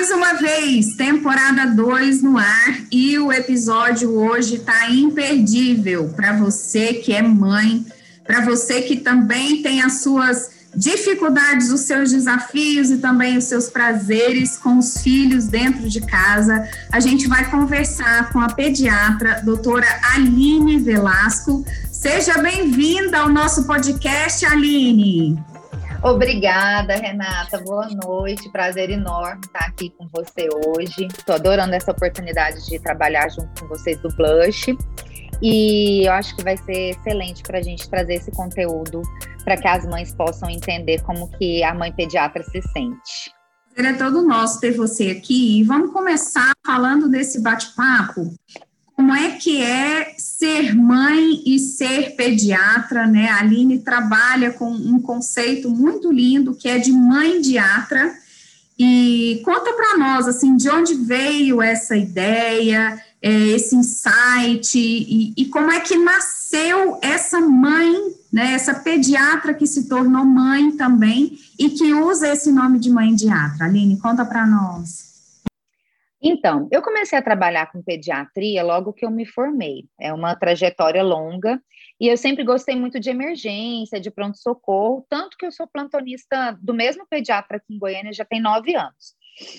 Mais uma vez, temporada 2 no ar e o episódio hoje está imperdível para você que é mãe, para você que também tem as suas dificuldades, os seus desafios e também os seus prazeres com os filhos dentro de casa. A gente vai conversar com a pediatra, doutora Aline Velasco. Seja bem-vinda ao nosso podcast, Aline. Obrigada, Renata. Boa noite. Prazer enorme estar aqui com você hoje. Estou adorando essa oportunidade de trabalhar junto com vocês do Blush. E eu acho que vai ser excelente para a gente trazer esse conteúdo para que as mães possam entender como que a mãe pediatra se sente. É todo nosso ter você aqui. E vamos começar falando desse bate-papo. Como é que é ser mãe e ser pediatra, né? A Aline trabalha com um conceito muito lindo que é de mãe-diatra. E conta para nós, assim, de onde veio essa ideia, esse insight e como é que nasceu essa mãe, né? Essa pediatra que se tornou mãe também e que usa esse nome de mãe-diatra. Aline, conta para nós. Então, eu comecei a trabalhar com pediatria logo que eu me formei. É uma trajetória longa e eu sempre gostei muito de emergência, de pronto-socorro, tanto que eu sou plantonista do mesmo pediatra aqui em Goiânia já tem 9 anos.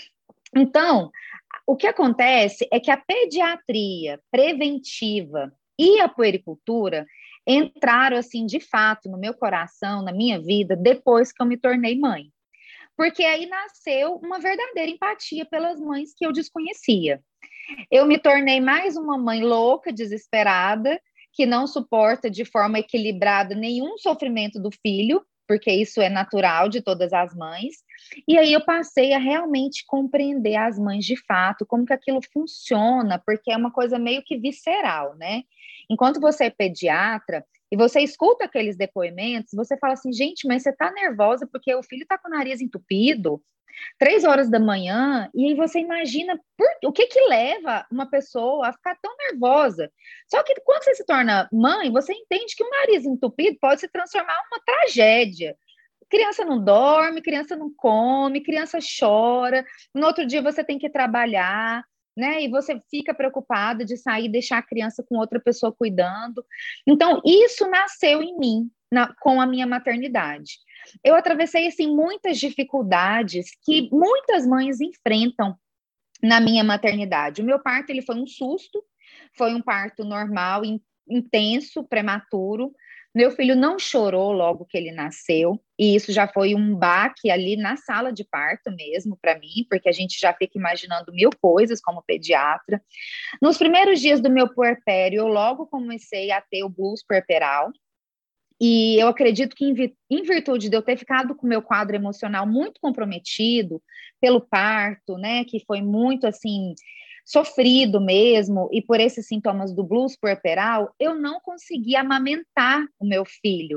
Então, o que acontece é que a pediatria preventiva e a puericultura entraram, assim, de fato, no meu coração, na minha vida, depois que eu me tornei mãe. Porque aí nasceu uma verdadeira empatia pelas mães que eu desconhecia. Eu me tornei mais uma mãe louca, desesperada, que não suporta de forma equilibrada nenhum sofrimento do filho, porque isso é natural de todas as mães. E aí eu passei a realmente compreender as mães de fato, como que aquilo funciona, porque é uma coisa meio que visceral, né? Enquanto você é pediatra e você escuta aqueles depoimentos, você fala assim, gente, mas você tá nervosa porque o filho tá com o nariz entupido, 3 horas da manhã, e aí você imagina o que leva uma pessoa a ficar tão nervosa. Só que quando você se torna mãe, você entende que um nariz entupido pode se transformar em uma tragédia. Criança não dorme, criança não come, criança chora, no outro dia você tem que trabalhar, né? E você fica preocupada de sair e deixar a criança com outra pessoa cuidando. Então, isso nasceu em mim, com a minha maternidade. Eu atravessei, assim, muitas dificuldades que muitas mães enfrentam na minha maternidade. O meu parto, ele foi um susto, foi um parto normal, intenso, prematuro. Meu filho não chorou logo que ele nasceu, e isso já foi um baque ali na sala de parto mesmo para mim, porque a gente já fica imaginando mil coisas como pediatra. Nos primeiros dias do meu puerpério, eu logo comecei a ter o blues puerperal, e eu acredito que em virtude de eu ter ficado com o meu quadro emocional muito comprometido pelo parto, né, que foi muito, assim, sofrido mesmo, e por esses sintomas do blues puerperal, eu não consegui amamentar o meu filho.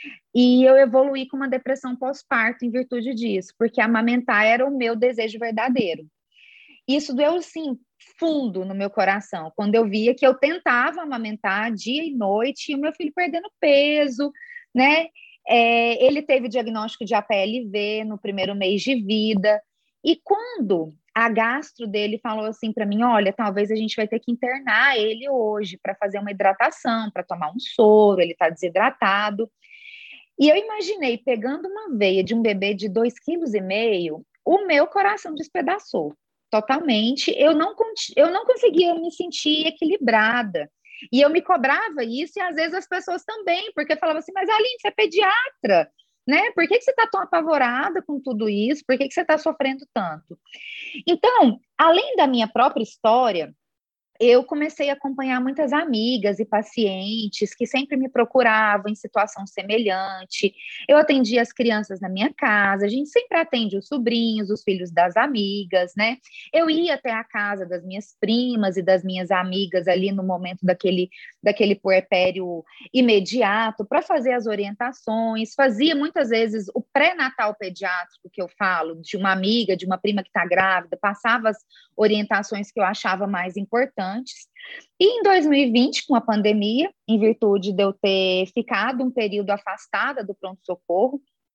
E eu evoluí com uma depressão pós-parto em virtude disso, porque amamentar era o meu desejo verdadeiro. Isso doeu, assim, fundo no meu coração, quando eu via que eu tentava amamentar dia e noite, e o meu filho perdendo peso, né? Ele teve diagnóstico de APLV no primeiro mês de vida, e quando a gastro dele falou assim para mim, olha, talvez a gente vai ter que internar ele hoje para fazer uma hidratação, para tomar um soro, ele está desidratado. E eu imaginei, pegando uma veia de um bebê de 2,5 kg, o meu coração despedaçou totalmente. Eu não conseguia me sentir equilibrada. E eu me cobrava isso, e às vezes as pessoas também, porque falavam assim, mas Aline, você é pediatra, né? Por que você está tão apavorada com tudo isso? Por que você está sofrendo tanto? Então, além da minha própria história, eu comecei a acompanhar muitas amigas e pacientes que sempre me procuravam em situação semelhante. Eu atendia as crianças na minha casa, a gente sempre atende os sobrinhos, os filhos das amigas, né? Eu ia até a casa das minhas primas e das minhas amigas ali no momento daquele puerpério imediato para fazer as orientações, fazia muitas vezes o pré-natal pediátrico que eu falo, de uma amiga, de uma prima que está grávida, passava as orientações que eu achava mais importantes. E em 2020, com a pandemia, em virtude de eu ter ficado um período afastada do pronto-socorro,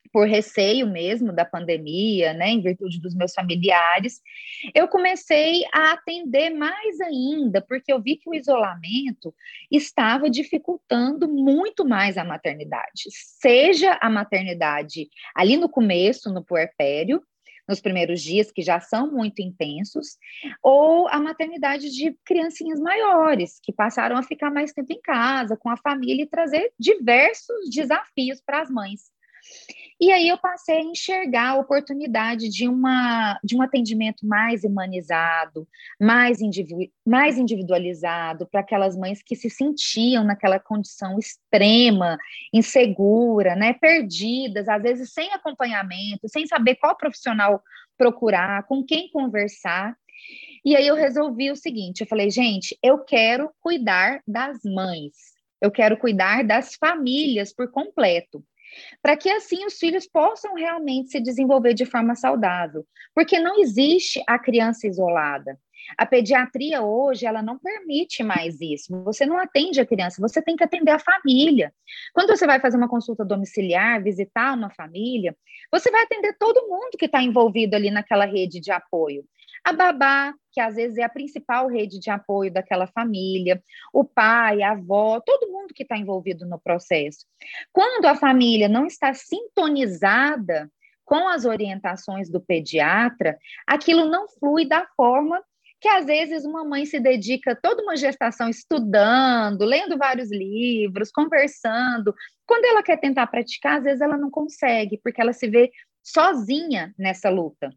por receio mesmo da pandemia, né, em virtude dos meus familiares, eu comecei a atender mais ainda, porque eu vi que o isolamento estava dificultando muito mais a maternidade, seja a maternidade ali no começo, no puerpério, nos primeiros dias, que já são muito intensos, ou a maternidade de criancinhas maiores, que passaram a ficar mais tempo em casa, com a família, e trazer diversos desafios para as mães. E aí eu passei a enxergar a oportunidade de um atendimento mais humanizado, mais individualizado, para aquelas mães que se sentiam naquela condição extrema, insegura, né, perdidas, às vezes sem acompanhamento, sem saber qual profissional procurar, com quem conversar. E aí eu resolvi o seguinte, eu falei, gente, eu quero cuidar das mães, eu quero cuidar das famílias por completo, para que assim os filhos possam realmente se desenvolver de forma saudável, porque não existe a criança isolada. A pediatria hoje, ela não permite mais isso. Você não atende a criança, você tem que atender a família. Quando você vai fazer uma consulta domiciliar, visitar uma família, você vai atender todo mundo que está envolvido ali naquela rede de apoio. A babá, que às vezes é a principal rede de apoio daquela família, o pai, a avó, todo mundo que está envolvido no processo. Quando a família não está sintonizada com as orientações do pediatra, aquilo não flui da forma que às vezes uma mãe se dedica toda uma gestação estudando, lendo vários livros, conversando. Quando ela quer tentar praticar, às vezes ela não consegue, porque ela se vê sozinha nessa luta.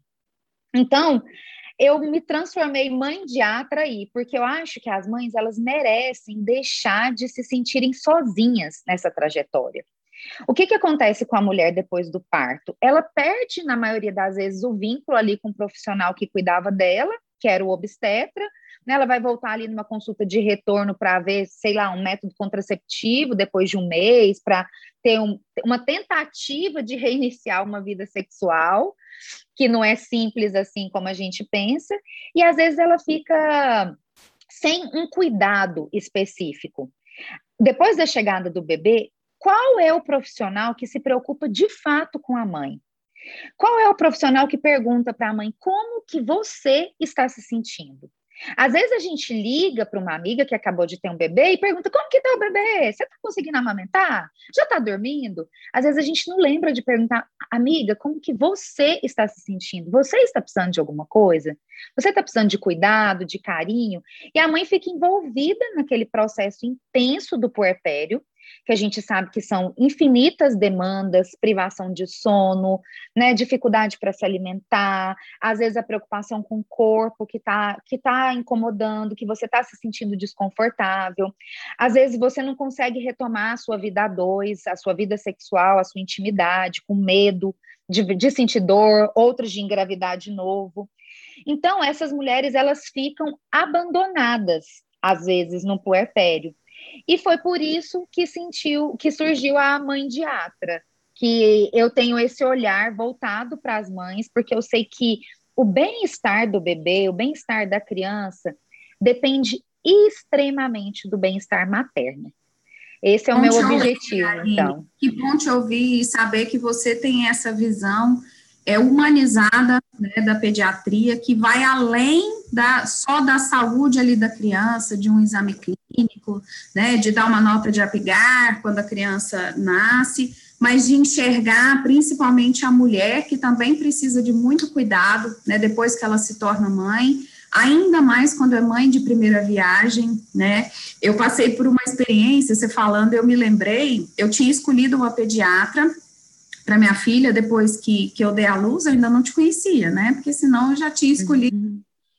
Então, eu me transformei mãe diatra aí, porque eu acho que as mães, elas merecem deixar de se sentirem sozinhas nessa trajetória. O que acontece com a mulher depois do parto? Ela perde, na maioria das vezes, o vínculo ali com o profissional que cuidava dela, que era o obstetra, né? Ela vai voltar ali numa consulta de retorno para ver, sei lá, um método contraceptivo depois de um mês, para ter uma tentativa de reiniciar uma vida sexual, que não é simples assim como a gente pensa, e às vezes ela fica sem um cuidado específico. Depois da chegada do bebê, qual é o profissional que se preocupa de fato com a mãe? Qual é o profissional que pergunta para a mãe como que você está se sentindo? Às vezes a gente liga para uma amiga que acabou de ter um bebê e pergunta, como que está o bebê? Você está conseguindo amamentar? Já está dormindo? Às vezes a gente não lembra de perguntar, amiga, como que você está se sentindo? Você está precisando de alguma coisa? Você está precisando de cuidado, de carinho? E a mãe fica envolvida naquele processo intenso do puerpério, que a gente sabe que são infinitas demandas, privação de sono, né, dificuldade para se alimentar, às vezes a preocupação com o corpo que tá incomodando, que você está se sentindo desconfortável, às vezes você não consegue retomar a sua vida a dois, a sua vida sexual, a sua intimidade, com medo de sentir dor, outros de engravidar de novo. Então, essas mulheres, elas ficam abandonadas, às vezes, no puerpério. E foi por isso que surgiu a mãe diatra, que eu tenho esse olhar voltado para as mães, porque eu sei que o bem-estar do bebê, o bem-estar da criança, depende extremamente do bem-estar materno. Esse é o meu objetivo, então. Que bom te ouvir e saber que você tem essa visão humanizada, né, da pediatria, que vai além só da saúde ali da criança, de um exame clínico, né, de dar uma nota de Apgar quando a criança nasce, mas de enxergar principalmente a mulher, que também precisa de muito cuidado, né, depois que ela se torna mãe, ainda mais quando é mãe de primeira viagem, né. Eu passei por uma experiência, você falando, eu me lembrei, eu tinha escolhido uma pediatra para minha filha, depois que eu dei à luz, eu ainda não te conhecia, né, porque senão eu já tinha escolhido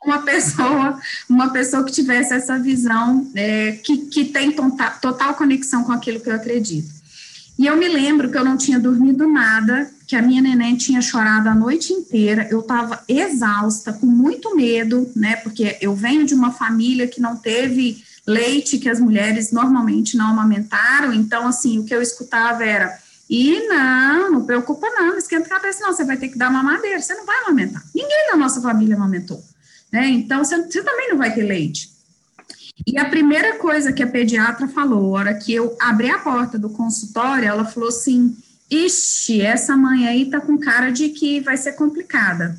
uma pessoa que tivesse essa visão, que tem total conexão com aquilo que eu acredito. E eu me lembro que eu não tinha dormido nada, que a minha neném tinha chorado a noite inteira, eu estava exausta, com muito medo, né, porque eu venho de uma família que não teve leite, que as mulheres normalmente não amamentaram, então, assim, o que eu escutava era, não preocupa não esquenta a cabeça não, você vai ter que dar mamadeira, você não vai amamentar, ninguém da nossa família amamentou, né, então você também não vai ter leite. E a primeira coisa que a pediatra falou, a hora que eu abri a porta do consultório, ela falou assim, ixi, essa mãe aí tá com cara de que vai ser complicada.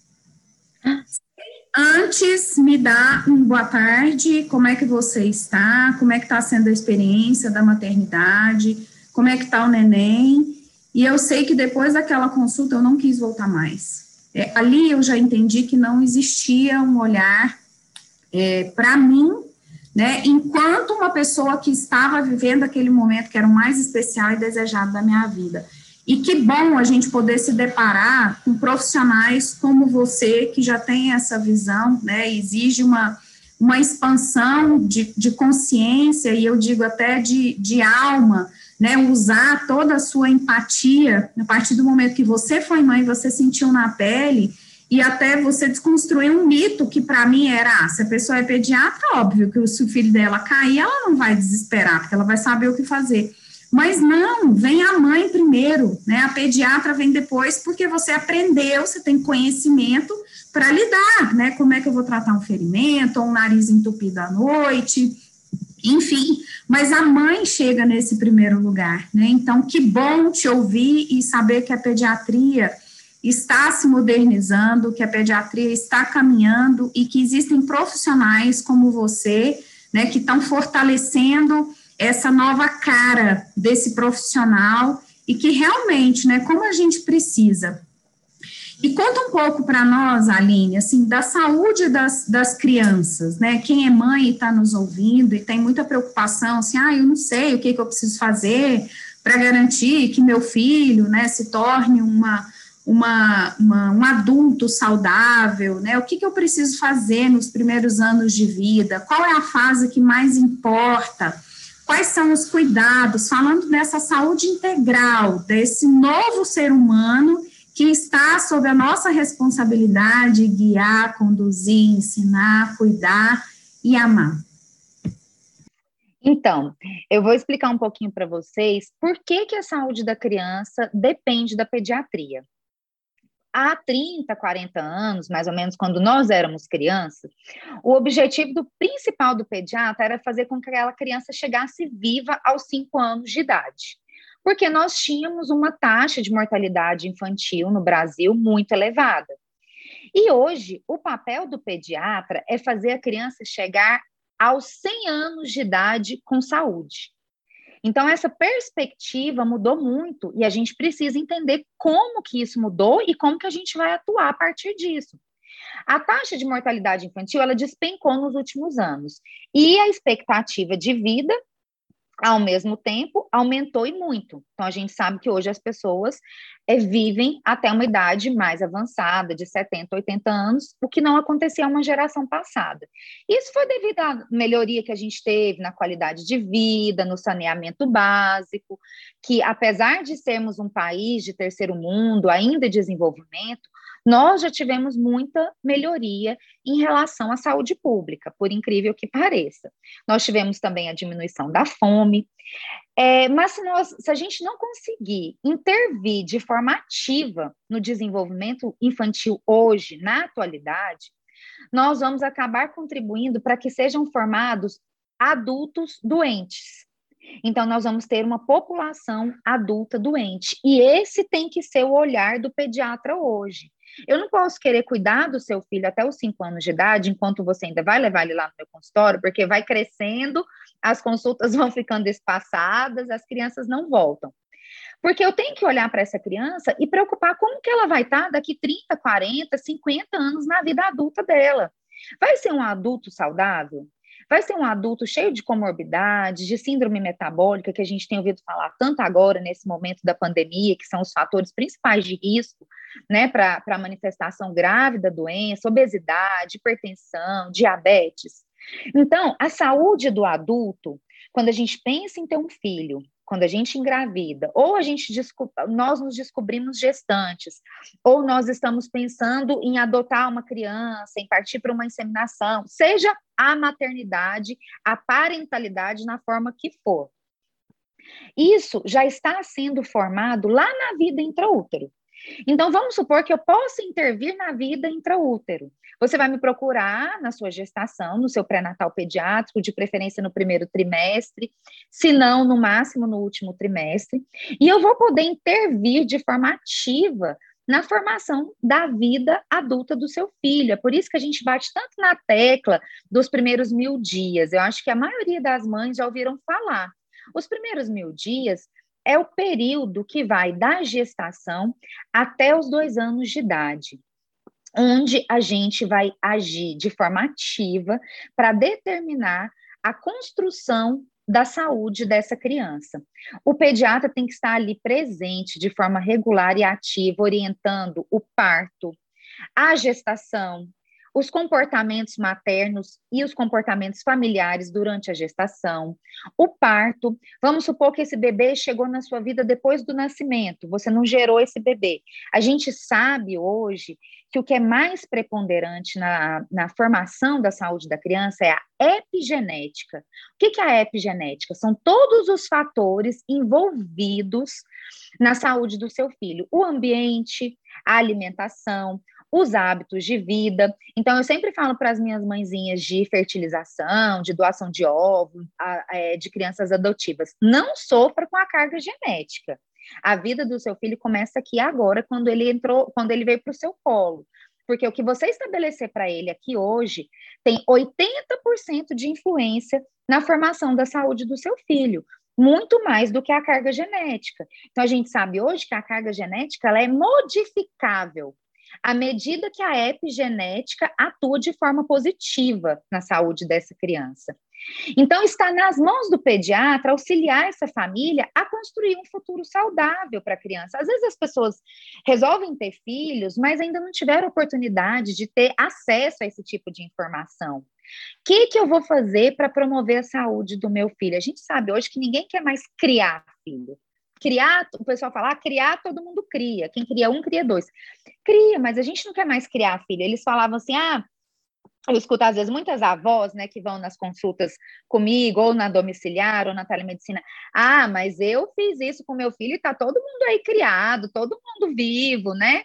Antes, me dá um boa tarde, como é que você está, como é que está sendo a experiência da maternidade, como é que está o neném, e eu sei que depois daquela consulta eu não quis voltar mais. Ali eu já entendi que não existia um olhar para mim, né, enquanto uma pessoa que estava vivendo aquele momento que era o mais especial e desejado da minha vida. E que bom a gente poder se deparar com profissionais como você, que já tem essa visão, né, exige uma expansão de consciência, e eu digo até de alma, né, usar toda a sua empatia, a partir do momento que você foi mãe, você sentiu na pele, e até você desconstruir um mito que para mim era, se a pessoa é pediatra, óbvio que se o filho dela cair, ela não vai desesperar, porque ela vai saber o que fazer. Mas não, vem a mãe primeiro, né? A pediatra vem depois, porque você aprendeu, você tem conhecimento para lidar, né? Como é que eu vou tratar um ferimento, ou um nariz entupido à noite, enfim. Mas a mãe chega nesse primeiro lugar, né? Então, que bom te ouvir e saber que a pediatria está se modernizando, que a pediatria está caminhando e que existem profissionais como você, né? Que estão fortalecendo essa nova cara desse profissional e que realmente, né, como a gente precisa. E conta um pouco para nós, Aline, assim, da saúde das crianças, né, quem é mãe e está nos ouvindo e tem muita preocupação, assim, eu não sei o que eu preciso fazer para garantir que meu filho, né, se torne um adulto saudável, né, o que eu preciso fazer nos primeiros anos de vida, qual é a fase que mais importa, quais são os cuidados, falando dessa saúde integral, desse novo ser humano que está sob a nossa responsabilidade guiar, conduzir, ensinar, cuidar e amar. Então, eu vou explicar um pouquinho para vocês por que a saúde da criança depende da pediatria. Há 30, 40 anos, mais ou menos, quando nós éramos crianças, o objetivo principal do pediatra era fazer com que aquela criança chegasse viva aos 5 anos de idade. Porque nós tínhamos uma taxa de mortalidade infantil no Brasil muito elevada. E hoje, o papel do pediatra é fazer a criança chegar aos 100 anos de idade com saúde. Então, essa perspectiva mudou muito e a gente precisa entender como que isso mudou e como que a gente vai atuar a partir disso. A taxa de mortalidade infantil, ela despencou nos últimos anos e a expectativa de vida, ao mesmo tempo, aumentou e muito. Então, a gente sabe que hoje as pessoas vivem até uma idade mais avançada, de 70, 80 anos, o que não acontecia uma geração passada. Isso foi devido à melhoria que a gente teve na qualidade de vida, no saneamento básico, que apesar de sermos um país de terceiro mundo, ainda em desenvolvimento, nós já tivemos muita melhoria em relação à saúde pública, por incrível que pareça. Nós tivemos também a diminuição da fome, mas se a gente não conseguir intervir de forma ativa no desenvolvimento infantil hoje, na atualidade, nós vamos acabar contribuindo para que sejam formados adultos doentes. Então, nós vamos ter uma população adulta doente. E esse tem que ser o olhar do pediatra hoje. Eu não posso querer cuidar do seu filho até os 5 anos de idade, enquanto você ainda vai levar ele lá no meu consultório, porque vai crescendo, as consultas vão ficando espaçadas, as crianças não voltam. Porque eu tenho que olhar para essa criança e preocupar como que ela vai estar daqui 30, 40, 50 anos na vida adulta dela. Vai ser um adulto saudável? Vai ser um adulto cheio de comorbidades, de síndrome metabólica, que a gente tem ouvido falar tanto agora, nesse momento da pandemia, que são os fatores principais de risco, né, para a manifestação grave da doença, obesidade, hipertensão, diabetes. Então, a saúde do adulto, quando a gente pensa em ter um filho, quando a gente engravida, ou nós nos descobrimos gestantes, ou nós estamos pensando em adotar uma criança, em partir para uma inseminação, seja a maternidade, a parentalidade na forma que for. Isso já está sendo formado lá na vida intraútero. Então, vamos supor que eu possa intervir na vida intraútero. Você vai me procurar na sua gestação, no seu pré-natal pediátrico, de preferência no primeiro trimestre, se não, no máximo, no último trimestre, e eu vou poder intervir de forma ativa na formação da vida adulta do seu filho. É por isso que a gente bate tanto na tecla dos primeiros 1000 dias. Eu acho que a maioria das mães já ouviram falar. Os primeiros 1000 dias é o período que vai da gestação até os 2 anos de idade, onde a gente vai agir de forma ativa para determinar a construção da saúde dessa criança. O pediatra tem que estar ali presente de forma regular e ativa, orientando o parto, a gestação, os comportamentos maternos e os comportamentos familiares durante a gestação, o parto. Vamos supor que esse bebê chegou na sua vida depois do nascimento, você não gerou esse bebê. A gente sabe hoje que o que é mais preponderante na formação da saúde da criança é a epigenética. O que é a epigenética? São todos os fatores envolvidos na saúde do seu filho. O ambiente, a alimentação, os hábitos de vida. Então, eu sempre falo para as minhas mãezinhas de fertilização, de doação de ovos, de crianças adotivas, não sofra com a carga genética. A vida do seu filho começa aqui agora, quando ele veio para o seu colo. Porque o que você estabelecer para ele aqui hoje tem 80% de influência na formação da saúde do seu filho, muito mais do que a carga genética. Então, a gente sabe hoje que a carga genética ela é modificável à medida que a epigenética atua de forma positiva na saúde dessa criança. Então, está nas mãos do pediatra auxiliar essa família a construir um futuro saudável para a criança. Às vezes as pessoas resolvem ter filhos, mas ainda não tiveram oportunidade de ter acesso a esse tipo de informação. O que eu vou fazer para promover a saúde do meu filho? A gente sabe hoje que ninguém quer mais criar filho. Criar, o pessoal fala, criar todo mundo cria. Quem cria um, cria dois. Cria, mas a gente não quer mais criar filho. Eles falavam assim, eu escuto às vezes muitas avós, né, que vão nas consultas comigo, ou na domiciliar, ou na telemedicina. Mas eu fiz isso com meu filho e tá todo mundo aí criado, todo mundo vivo, né?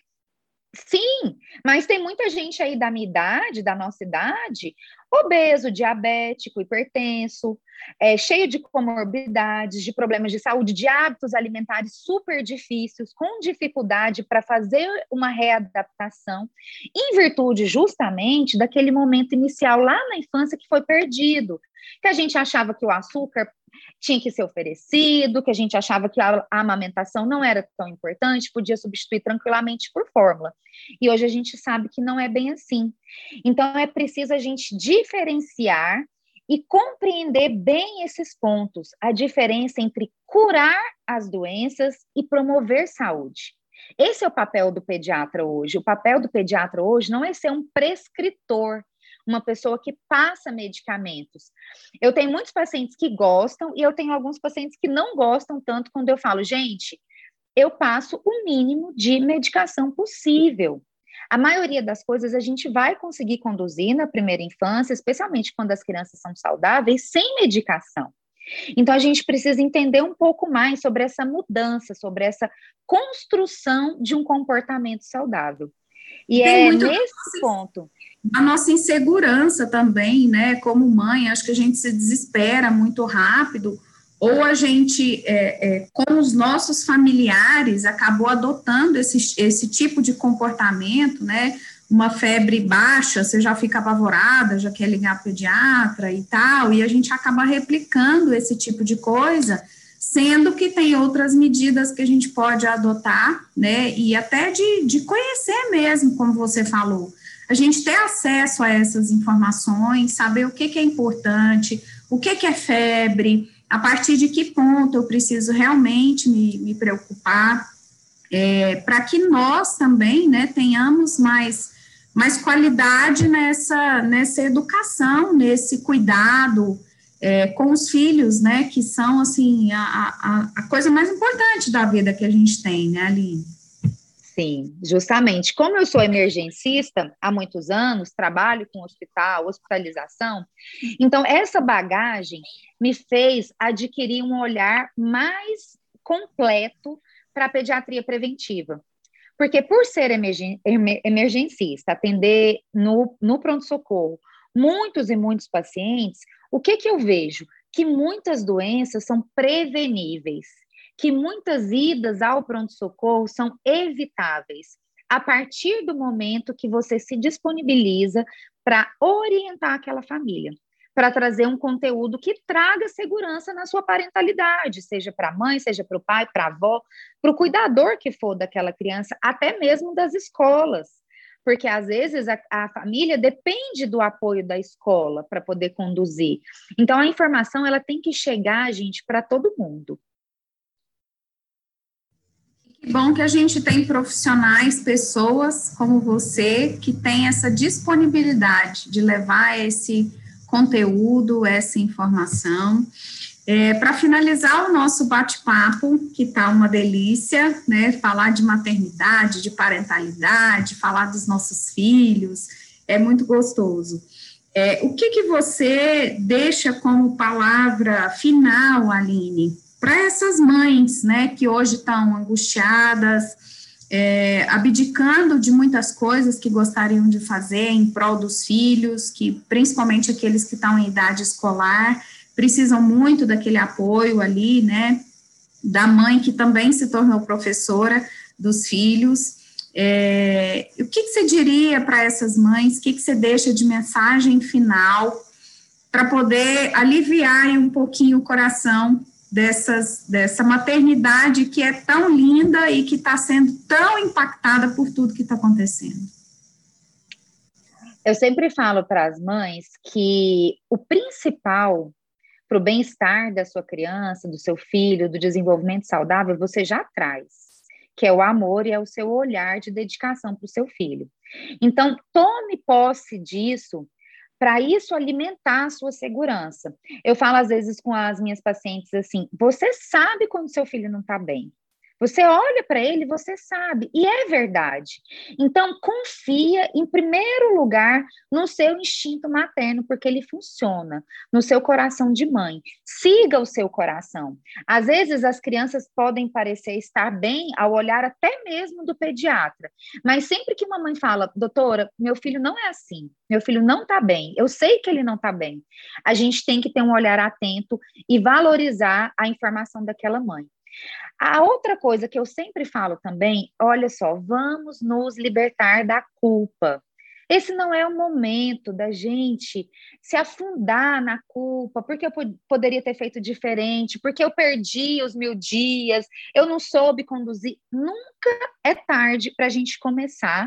Sim, mas tem muita gente aí da minha idade, da nossa idade, obeso, diabético, hipertenso, cheio de comorbidades, de problemas de saúde, de hábitos alimentares super difíceis, com dificuldade para fazer uma readaptação, em virtude justamente daquele momento inicial lá na infância que foi perdido, que a gente achava que o açúcar tinha que ser oferecido, que a gente achava que a amamentação não era tão importante, podia substituir tranquilamente por fórmula. E hoje a gente sabe que não é bem assim. Então, é preciso a gente diferenciar e compreender bem esses pontos, a diferença entre curar as doenças e promover saúde. Esse é o papel do pediatra hoje. O papel do pediatra hoje não é ser um prescritor, uma pessoa que passa medicamentos. Eu tenho muitos pacientes que gostam e eu tenho alguns pacientes que não gostam tanto quando eu falo, gente, eu passo o mínimo de medicação possível. A maioria das coisas a gente vai conseguir conduzir na primeira infância, especialmente quando as crianças são saudáveis, sem medicação. Então, a gente precisa entender um pouco mais sobre essa mudança, sobre essa construção de um comportamento saudável. E é nesse ponto. A nossa insegurança também, né? Como mãe, acho que a gente se desespera muito rápido, ou a gente, com os nossos familiares, acabou adotando esse tipo de comportamento, né? Uma febre baixa, você já fica apavorada, já quer ligar para o pediatra e tal, e a gente acaba replicando esse tipo de coisa, sendo que tem outras medidas que a gente pode adotar, né? E até de conhecer mesmo, como você falou. A gente ter acesso a essas informações, saber o que é importante, o que é febre, a partir de que ponto eu preciso realmente me preocupar, para que nós também, né, tenhamos mais qualidade nessa educação, nesse cuidado com os filhos, né, que são, assim, a coisa mais importante da vida que a gente tem, né, Aline? Sim, justamente. Como eu sou emergencista há muitos anos, trabalho com hospital, hospitalização, então essa bagagem me fez adquirir um olhar mais completo para a pediatria preventiva. Porque por ser emergencista, atender no pronto-socorro muitos e muitos pacientes, o que eu vejo? Que muitas doenças são preveníveis, que muitas idas ao pronto-socorro são evitáveis, a partir do momento que você se disponibiliza para orientar aquela família, para trazer um conteúdo que traga segurança na sua parentalidade, seja para a mãe, seja para o pai, para a avó, para o cuidador que for daquela criança, até mesmo das escolas. Porque, às vezes, a família depende do apoio da escola para poder conduzir. Então, a informação ela tem que chegar, gente, para todo mundo. Que bom que a gente tem profissionais, pessoas como você, que tem essa disponibilidade de levar esse conteúdo, essa informação. Para finalizar o nosso bate-papo, que está uma delícia, né? Falar de maternidade, de parentalidade, falar dos nossos filhos, é muito gostoso. O que você deixa como palavra final, Aline, para essas mães, né, que hoje estão angustiadas, abdicando de muitas coisas que gostariam de fazer em prol dos filhos, que principalmente aqueles que estão em idade escolar, precisam muito daquele apoio ali, né, da mãe que também se tornou professora dos filhos. O que você diria para essas mães? O que você deixa de mensagem final para poder aliviar um pouquinho o coração dessa maternidade que é tão linda e que está sendo tão impactada por tudo que está acontecendo? Eu sempre falo para as mães que o principal para o bem-estar da sua criança, do seu filho, do desenvolvimento saudável, você já traz, que é o amor e é o seu olhar de dedicação para o seu filho. Então, tome posse disso, para isso alimentar a sua segurança. Eu falo às vezes com as minhas pacientes assim, você sabe quando seu filho não está bem. Você olha para ele, você sabe, e é verdade. Então, confia, em primeiro lugar, no seu instinto materno, porque ele funciona, no seu coração de mãe. Siga o seu coração. Às vezes, as crianças podem parecer estar bem ao olhar até mesmo do pediatra, mas sempre que uma mãe fala, doutora, meu filho não é assim, meu filho não está bem, eu sei que ele não está bem, a gente tem que ter um olhar atento e valorizar a informação daquela mãe. A outra coisa que eu sempre falo também, olha só, vamos nos libertar da culpa. Esse não é o momento da gente se afundar na culpa, porque eu poderia ter feito diferente, porque eu perdi os 1000 dias, eu não soube conduzir. Nunca é tarde para a gente começar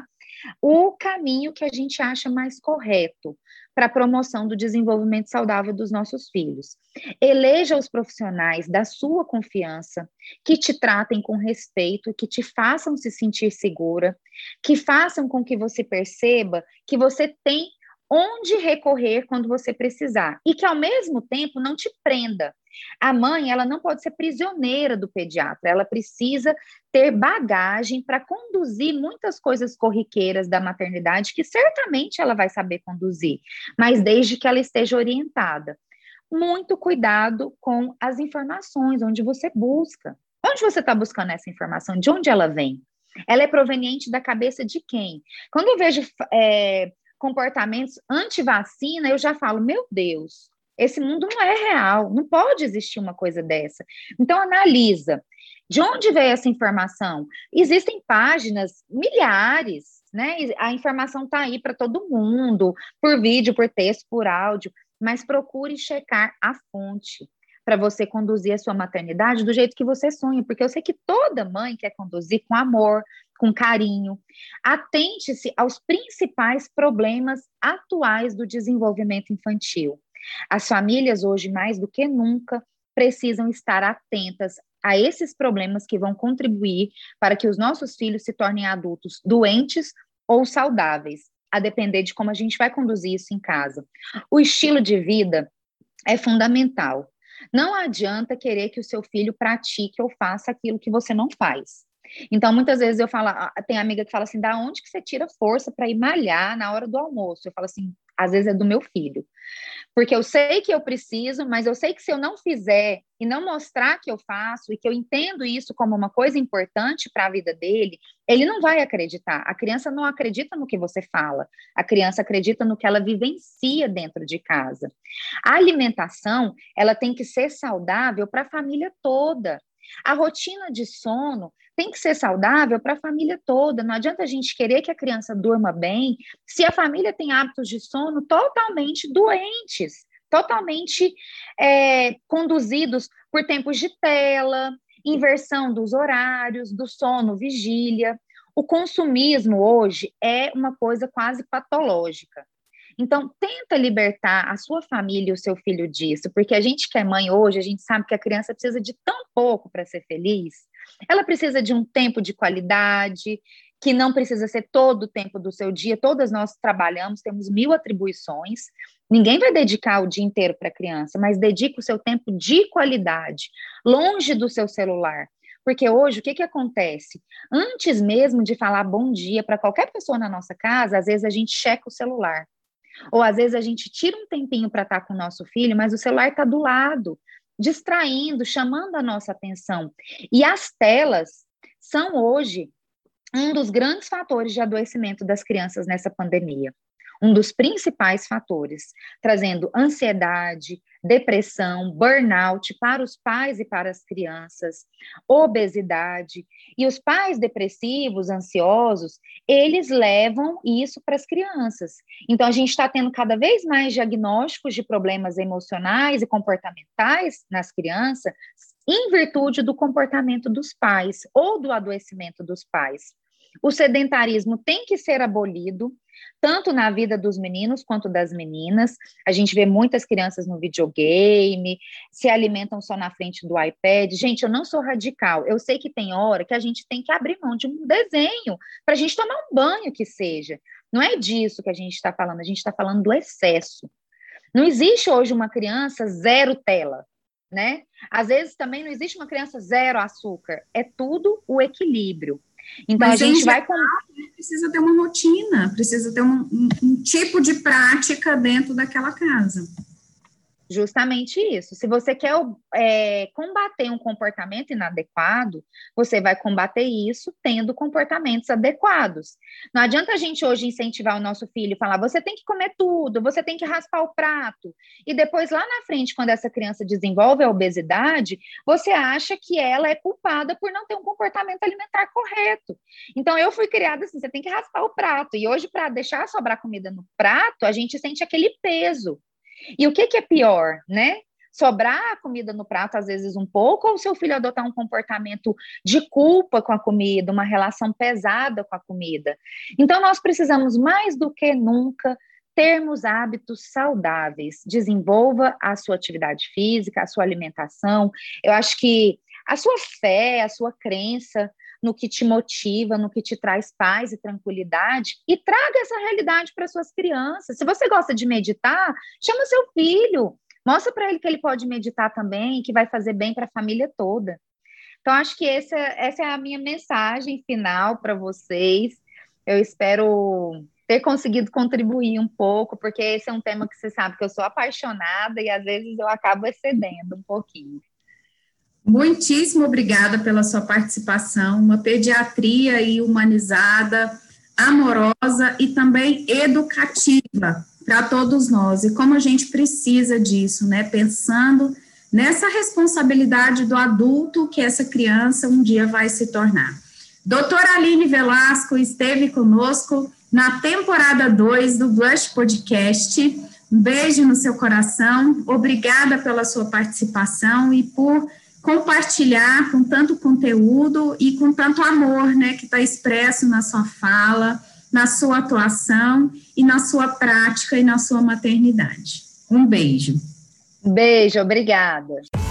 o caminho que a gente acha mais correto para a promoção do desenvolvimento saudável dos nossos filhos. Eleja os profissionais da sua confiança, que te tratem com respeito, que te façam se sentir segura, que façam com que você perceba que você tem onde recorrer quando você precisar e que, ao mesmo tempo, não te prenda. A mãe, ela não pode ser prisioneira do pediatra, ela precisa ter bagagem para conduzir muitas coisas corriqueiras da maternidade, que certamente ela vai saber conduzir, mas desde que ela esteja orientada. Muito cuidado com as informações, onde você busca. Onde você está buscando essa informação? De onde ela vem? Ela é proveniente da cabeça de quem? Quando eu vejo comportamentos anti-vacina, eu já falo, meu Deus, esse mundo não é real, não pode existir uma coisa dessa. Então, analisa, de onde veio essa informação? Existem páginas, milhares, né? A informação está aí para todo mundo, por vídeo, por texto, por áudio, mas procure checar a fonte para você conduzir a sua maternidade do jeito que você sonha, porque eu sei que toda mãe quer conduzir com amor, com carinho. Atente-se aos principais problemas atuais do desenvolvimento infantil. As famílias hoje, mais do que nunca, precisam estar atentas a esses problemas que vão contribuir para que os nossos filhos se tornem adultos doentes ou saudáveis, a depender de como a gente vai conduzir isso em casa. O estilo de vida é fundamental. Não adianta querer que o seu filho pratique ou faça aquilo que você não faz. Então, muitas vezes eu falo, tem amiga que fala assim, da onde que você tira força para ir malhar na hora do almoço? Eu falo assim, Às vezes é do meu filho. Porque eu sei que eu preciso, mas eu sei que se eu não fizer e não mostrar que eu faço e que eu entendo isso como uma coisa importante para a vida dele, ele não vai acreditar. A criança não acredita no que você fala, a criança acredita no que ela vivencia dentro de casa. A alimentação, ela tem que ser saudável para a família toda. A rotina de sono tem que ser saudável para a família toda. Não adianta a gente querer que a criança durma bem se a família tem hábitos de sono totalmente doentes, totalmente conduzidos por tempos de tela, inversão dos horários, do sono, vigília. O consumismo hoje é uma coisa quase patológica. Então, tenta libertar a sua família e o seu filho disso, porque a gente que é mãe hoje, a gente sabe que a criança precisa de tão pouco para ser feliz. Ela precisa de um tempo de qualidade, que não precisa ser todo o tempo do seu dia. Todas nós trabalhamos, temos 1000 atribuições. Ninguém vai dedicar o dia inteiro para a criança, mas dedica o seu tempo de qualidade, longe do seu celular. Porque hoje, o que acontece? Antes mesmo de falar bom dia para qualquer pessoa na nossa casa, às vezes a gente checa o celular. Ou às vezes a gente tira um tempinho para estar com o nosso filho, mas o celular está do lado, distraindo, chamando a nossa atenção. E as telas são hoje um dos grandes fatores de adoecimento das crianças nessa pandemia. Um dos principais fatores, trazendo ansiedade, depressão, burnout para os pais e para as crianças, obesidade. E os pais depressivos, ansiosos, eles levam isso para as crianças. Então, a gente está tendo cada vez mais diagnósticos de problemas emocionais e comportamentais nas crianças, em virtude do comportamento dos pais ou do adoecimento dos pais. O sedentarismo tem que ser abolido, tanto na vida dos meninos quanto das meninas. A gente vê muitas crianças no videogame, se alimentam só na frente do iPad. Gente, eu não sou radical. Eu sei que tem hora que a gente tem que abrir mão de um desenho para a gente tomar um banho que seja. Não é disso que a gente está falando, a gente está falando do excesso. Não existe hoje uma criança zero tela, né? Às vezes também não existe uma criança zero açúcar. É tudo o equilíbrio. Então, mas a gente vai... Precisa ter uma rotina, precisa ter um tipo de prática dentro daquela casa. Justamente isso. Se você quer combater um comportamento inadequado, você vai combater isso tendo comportamentos adequados. Não adianta a gente hoje incentivar o nosso filho e falar, você tem que comer tudo, você tem que raspar o prato. E depois, lá na frente, quando essa criança desenvolve a obesidade, você acha que ela é culpada por não ter um comportamento alimentar correto. Então, eu fui criada assim, você tem que raspar o prato. E hoje, para deixar sobrar comida no prato, a gente sente aquele peso. E o que é pior, né? Sobrar a comida no prato, às vezes, um pouco, ou o seu filho adotar um comportamento de culpa com a comida, uma relação pesada com a comida. Então, nós precisamos, mais do que nunca, termos hábitos saudáveis. Desenvolva a sua atividade física, a sua alimentação. Eu acho que a sua fé, a sua crença no que te motiva, no que te traz paz e tranquilidade, e traga essa realidade para suas crianças. Se você gosta de meditar, chama seu filho, mostra para ele que ele pode meditar também, que vai fazer bem para a família toda. Então, acho que essa é a minha mensagem final para vocês. Eu espero ter conseguido contribuir um pouco, porque esse é um tema que você sabe que eu sou apaixonada e às vezes eu acabo excedendo um pouquinho. Muitíssimo obrigada pela sua participação, uma pediatria aí humanizada, amorosa e também educativa para todos nós. E como a gente precisa disso, né? Pensando nessa responsabilidade do adulto que essa criança um dia vai se tornar. Doutora Aline Velasco esteve conosco na temporada 2 do Blush Podcast. Um beijo no seu coração, obrigada pela sua participação e por compartilhar com tanto conteúdo e com tanto amor, né, que está expresso na sua fala, na sua atuação e na sua prática e na sua maternidade. Um beijo. Beijo, obrigada.